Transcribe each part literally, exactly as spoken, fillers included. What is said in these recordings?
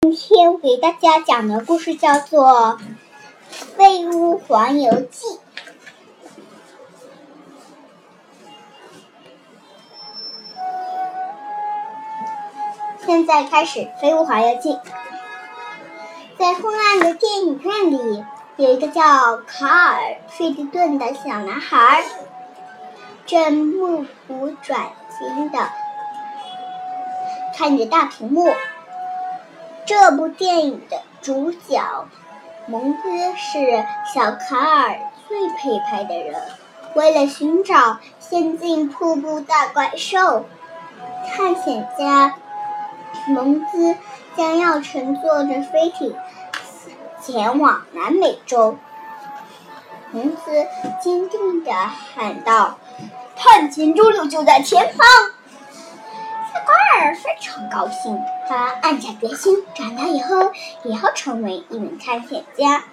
今天我给大家讲的故事叫做《飞屋环游记》。现在开始《飞屋环游记》。在昏暗的电影院里，有一个叫卡尔·费迪顿的小男孩，正目不转睛地看着大屏幕。这部电影的主角蒙兹是小卡尔最佩戴的人。为了寻找仙境瀑布大怪兽，探险家蒙兹将要乘坐着飞艇前往南美洲。蒙兹坚定地喊道：“探险之路就在前方！”小卡尔非常高兴，他暗下决心，长大以后也要成为一名探险家。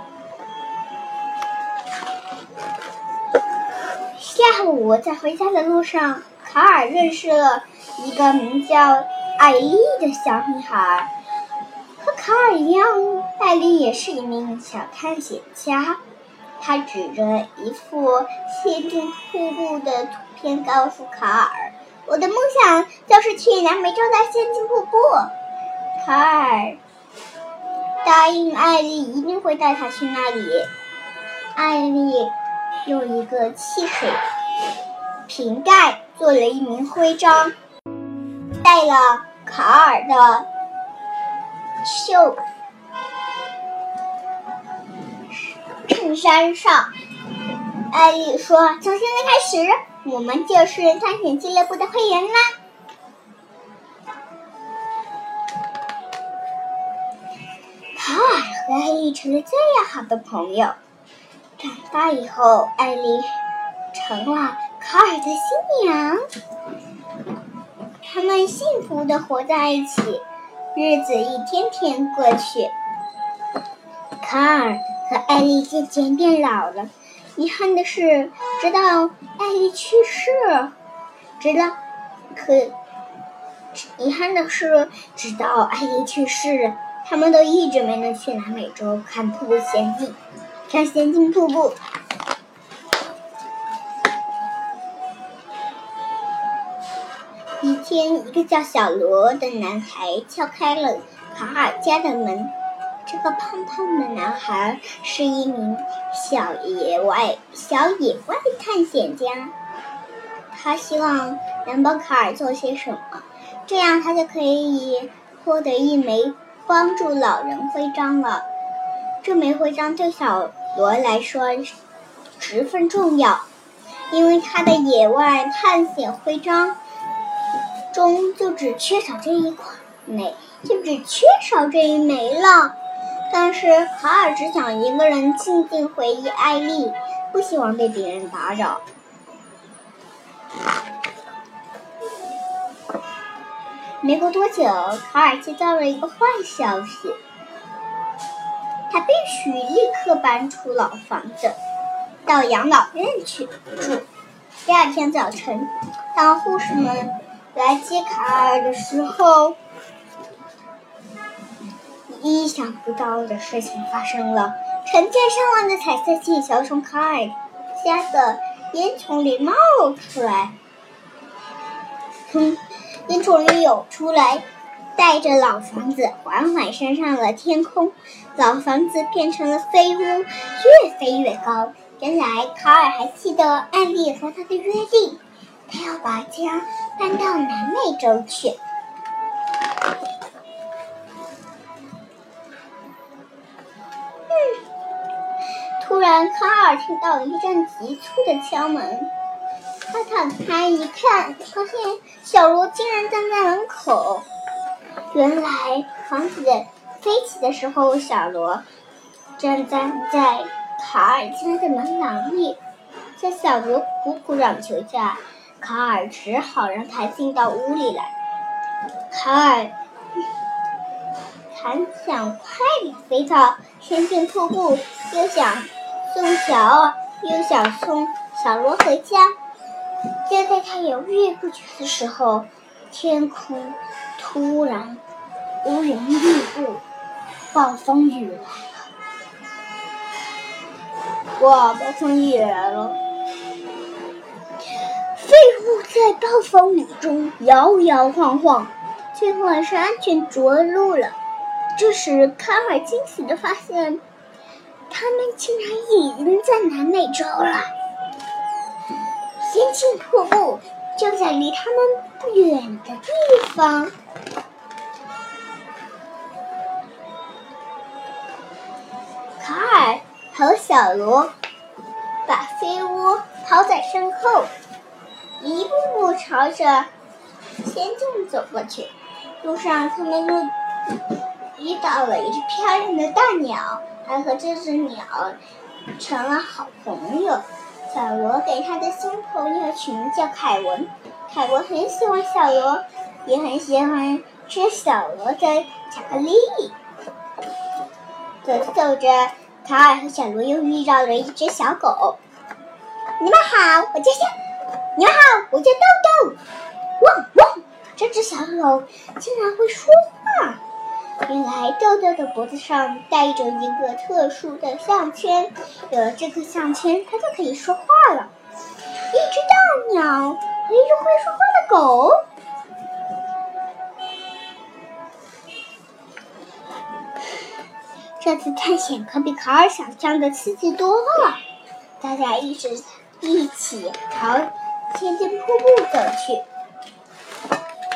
下午在回家的路上，卡尔认识了一个名叫艾丽的小女孩。和卡尔一样，艾丽也是一名小探险家。她指着一幅仙境瀑布的图片告诉卡尔：“我的梦想就是去南美洲的仙境瀑布。”卡尔答应艾丽一定会带她去那里。艾丽用一个汽水瓶盖做了一名徽章，戴了卡尔的袖衬衫上。艾丽说：“从现在开始，我们就是探险俱乐部的会员啦。”卡尔和艾丽成了这样好的朋友。长大以后，艾丽成了卡尔的新娘。他们幸福地活在一起，日子一天天过去。卡尔和艾丽渐渐变老了。遗憾的是，直到艾丽去世，直到可遗憾的是，直到艾丽去世，他们都一直没能去南美洲看瀑布仙境，看仙境瀑布。一天，一个叫小罗的男孩敲开了卡尔家的门。这个胖胖的男孩是一名小野外小野外探险家，他希望能帮卡尔做些什么，这样他就可以获得一枚帮助老人徽章了。这枚徽章对小罗来说十分重要，因为他的野外探险徽章中就只缺少这一块枚，就只缺少这一枚了。但是卡尔只想一个人静静回忆艾丽，不希望被别人打扰。没过多久，卡尔接到了一个坏消息，他必须立刻搬出老房子，到养老院去住。第二天早晨，当护士们来接卡尔的时候，意想不到的事情发生了。成千上万的彩色气球从卡尔家的烟囱里冒出来，从烟囱里涌出来，带着老房子缓缓升上了天空。老房子变成了飞屋，越飞越高。原来卡尔还记得艾丽和他的约定，他要把家搬到南美洲去。突然，卡尔听到一阵急促的敲门。他打开一看，发现小罗竟然站在门口。原来，房子飞起的时候，小罗正站在卡尔家的门廊里。在小罗苦苦嚷求下，卡尔只好让他进到屋里来。卡尔还想快点飞到仙境瀑布，又想送小又想送小罗回家。就在他犹豫不决的时候，天空突然乌云密布，暴风雨来了。哇，暴风雨来了！废物在暴风雨中摇摇晃晃，最后还是安全着陆了。这时，卡尔惊喜地发现，他们竟然已经在南美洲了。仙境瀑布就在离他们不远的地方。卡尔和小罗把飞屋抛在身后，一步步朝着仙境走过去。路上，他们又遇到了一只漂亮的大鸟，还和这只鸟成了好朋友。小罗给他的新朋友取名叫凯文，凯文很喜欢小罗，也很喜欢吃小罗的巧克力。走着走着，卡尔和小罗又遇到了一只小狗。你们好，我叫小，你们好，我叫豆豆。汪汪！这只小狗竟然会说话。原来豆豆的脖子上戴着一个特殊的项圈，有了这个项圈，它就可以说话了。一只大鸟和一只会说话的狗。这次探险可比卡尔想象的刺激多了。大家一直一起朝仙境瀑布走去。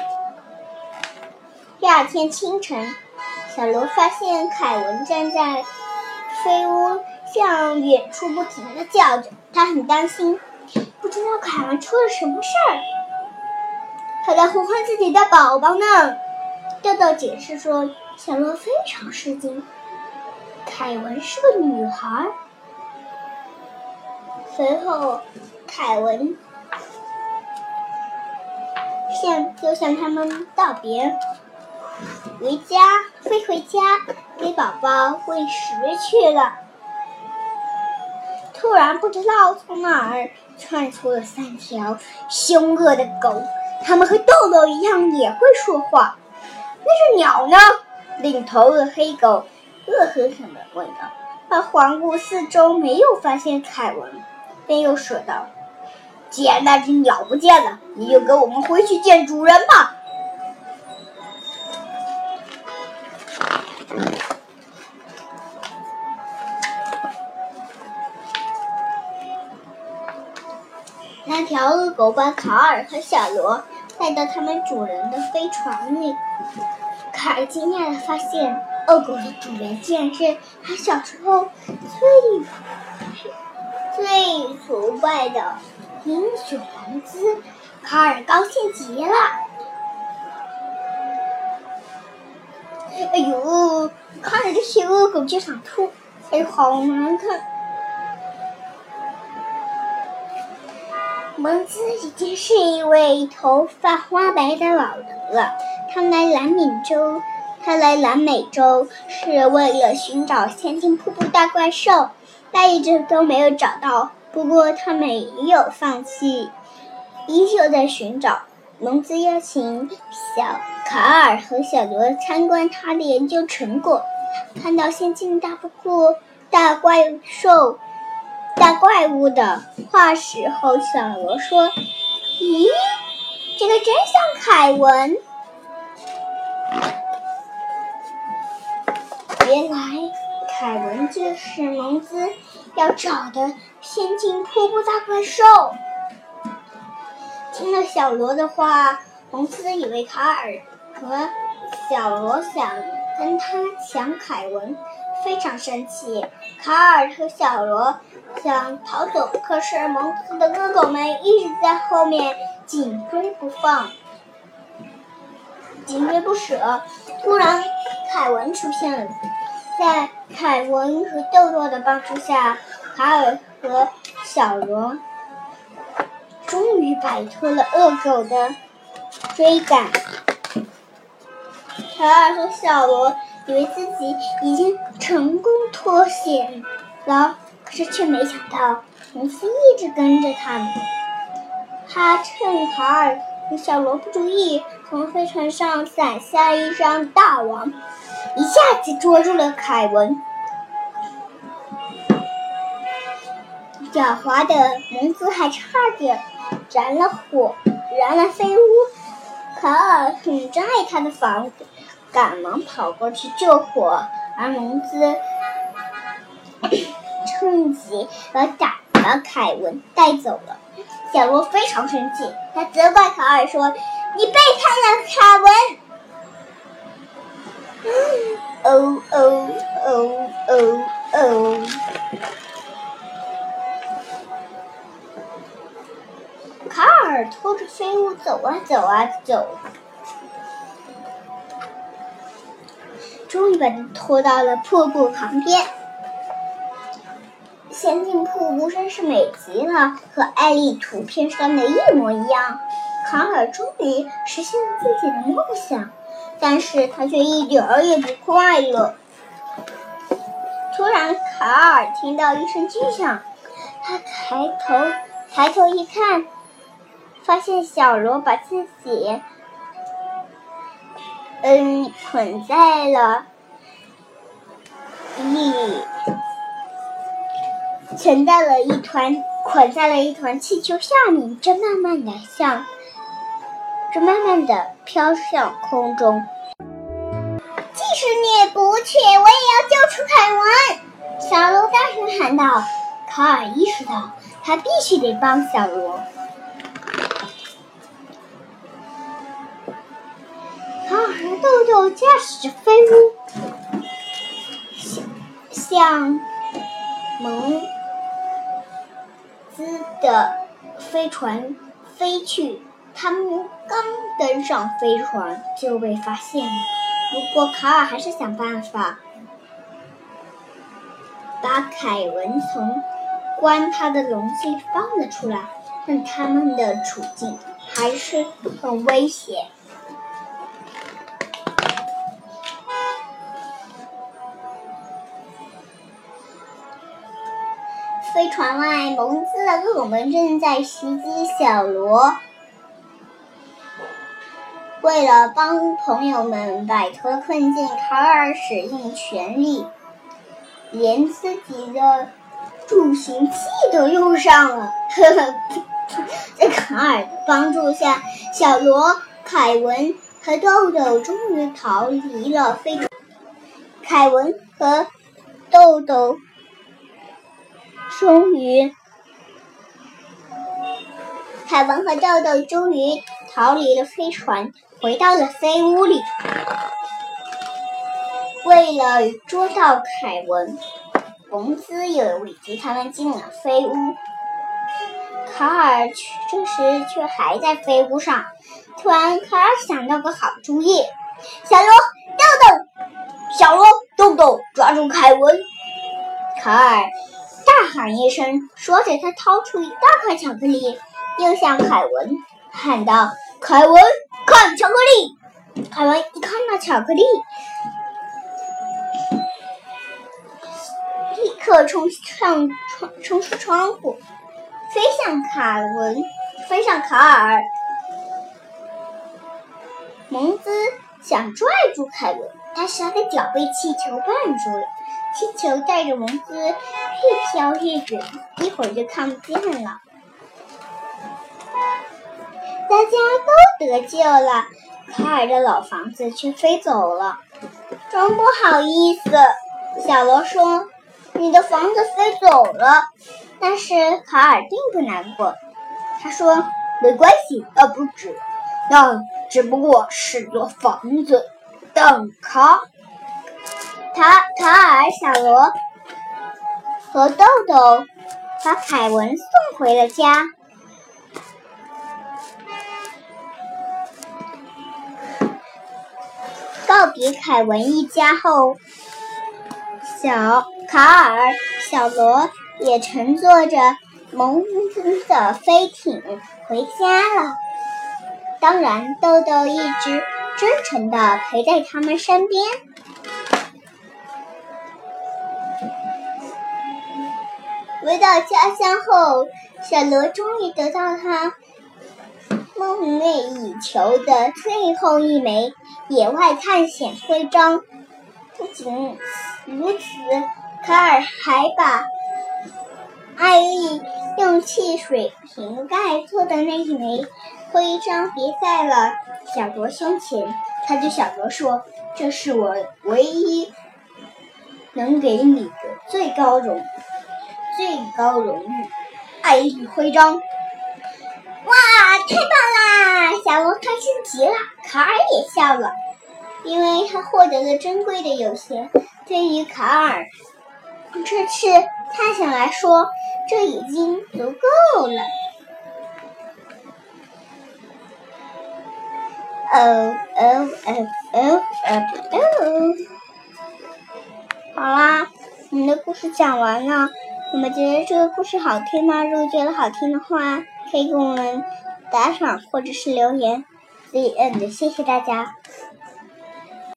第二天清晨，小罗发现凯文站在飞屋向远处不停地叫着，他很担心，不知道凯文出了什么事儿。他在呼唤自己的宝宝呢。豆豆解释说，小罗非常吃惊，凯文是个女孩。随后，凯文向就向他们道别，回家飞回家给宝宝喂食去了。突然，不知道从哪儿窜出了三条凶恶的狗，它们和豆豆一样也会说话。那是鸟呢？领头的黑狗恶狠狠地问道。他环顾四周，没有发现凯文，便又说道：“既然那只鸟不见了，你就跟我们回去见主人吧。”那条恶狗把卡尔和小罗带到他们主人的飞船里。卡尔惊讶地发现，恶狗的主人竟然是他小时候最最崇拜的英雄蒙兹。卡尔高兴极了。哎呦，看着这些恶狗就想吐，哎呦，好难看。蒙兹已经是一位头发花白的老人了。他来南美洲，他来南美洲是为了寻找仙境瀑布大怪兽，但一直都没有找到。不过他没有放弃，依旧在寻找。蒙兹邀请小卡尔和小罗参观他的研究成果。看到仙境大瀑布大怪兽大怪物的化石后，小罗说：“咦，这个真像凯文。”原来凯文就是蒙兹要找的仙境瀑布大怪兽。听了小罗的话，蒙兹以为卡尔和小罗想跟他抢凯文，非常生气。卡尔和小罗想逃走，可是蒙兹的恶狗们一直在后面紧追不放，紧追不舍。突然，凯文出现了。在凯文和豆豆的帮助下，卡尔和小罗终于摆脱了恶狗的追赶。卡尔和小罗以为自己已经成功脱险了，可是却没想到蒙斯一直跟着他们。他趁卡尔小罗不注意，从飞船上伞下一张大网，一下子捉住了凯文。狡猾的蒙兹还差点燃了火，燃了飞屋。卡尔很珍爱他的房子，赶忙跑过去救火，而蒙兹趁机把打把凯文带走了。小罗非常生气，他责怪卡尔说：“你背叛了凯文！”哦哦哦哦哦！卡尔拖着飞屋走啊走啊走，终于把他拖到了瀑布旁边。仙境瀑布真是美极了，和艾丽图片上的一模一样。卡尔终于实现了自己的梦想，但是他却一点儿也不快乐。突然，卡尔听到一声巨响，他抬头抬头一看，发现小罗把自己嗯捆在了一存在了一团捆在了一团气球下面，正慢慢的向正慢慢的飘向空中。即使你不去，我也要救出凯文！小罗大声喊道。卡尔意识到他必须得帮小罗。卡尔和豆豆驾驶着飞屋向蒙兹的飞船飞去。他们刚登上飞船就被发现了，不过卡尔还是想办法把凯文从关他的笼子里放了出来，但他们的处境还是很危险。飞船外，蒙兹的恶魔正在袭击小罗。为了帮朋友们摆脱困境，卡尔使用全力，连自己的助行器都用上了。呵呵，在卡尔的帮助下，小罗、凯文和豆豆终于逃离了飞船。凯文和豆豆终于，凯文和豆豆终于逃离了飞船，回到了飞屋里。为了捉到凯文，蒙兹也尾随他们进了飞屋。卡尔这时却还在飞屋上。突然，卡尔想到个好主意：小罗、豆豆，小罗、豆豆，抓住凯文！卡尔大喊一声，说着他掏出一大块巧克力，又向凯文喊道：“凯文，看巧克力！”凯文一看到巧克力，立刻冲上冲冲出窗户，飞向卡文，飞向卡尔。蒙兹想拽住凯文，但是他的脚被气球绊住了，气球带着蒙兹越飘越远，一会儿就看不见了。大家都得救了，卡尔的老房子却飞走了。真不好意思，小罗说，你的房子飞走了。但是卡尔并不难过，他说，没关系，呃，不止，那只不过是座房子。等卡卡卡尔、小罗和豆豆把凯文送回了家。告别凯文一家后，小卡尔、小罗也乘坐着蒙兹的飞艇回家了。当然，豆豆一直真诚地陪在他们身边。回到家乡后，小罗终于得到他梦寐寐以求的最后一枚野外探险徽章。不仅如此，卡尔还把艾丽用汽水瓶盖做的那一枚徽章别在了小罗胸前。他对小罗说：“这是我唯一能给你的最高荣最高荣誉——艾丽徽章。”哇，太棒啦！小罗开心极了，卡尔也笑了，因为他获得了珍贵的有限。对于卡尔这次探险来说，这已经足够了。哦哦哦哦哦哦！好啦，我们的故事讲完了。你们觉得这个故事好听吗？如果觉得好听的话，可以给我们打赏或者是留言。The end，谢谢大家。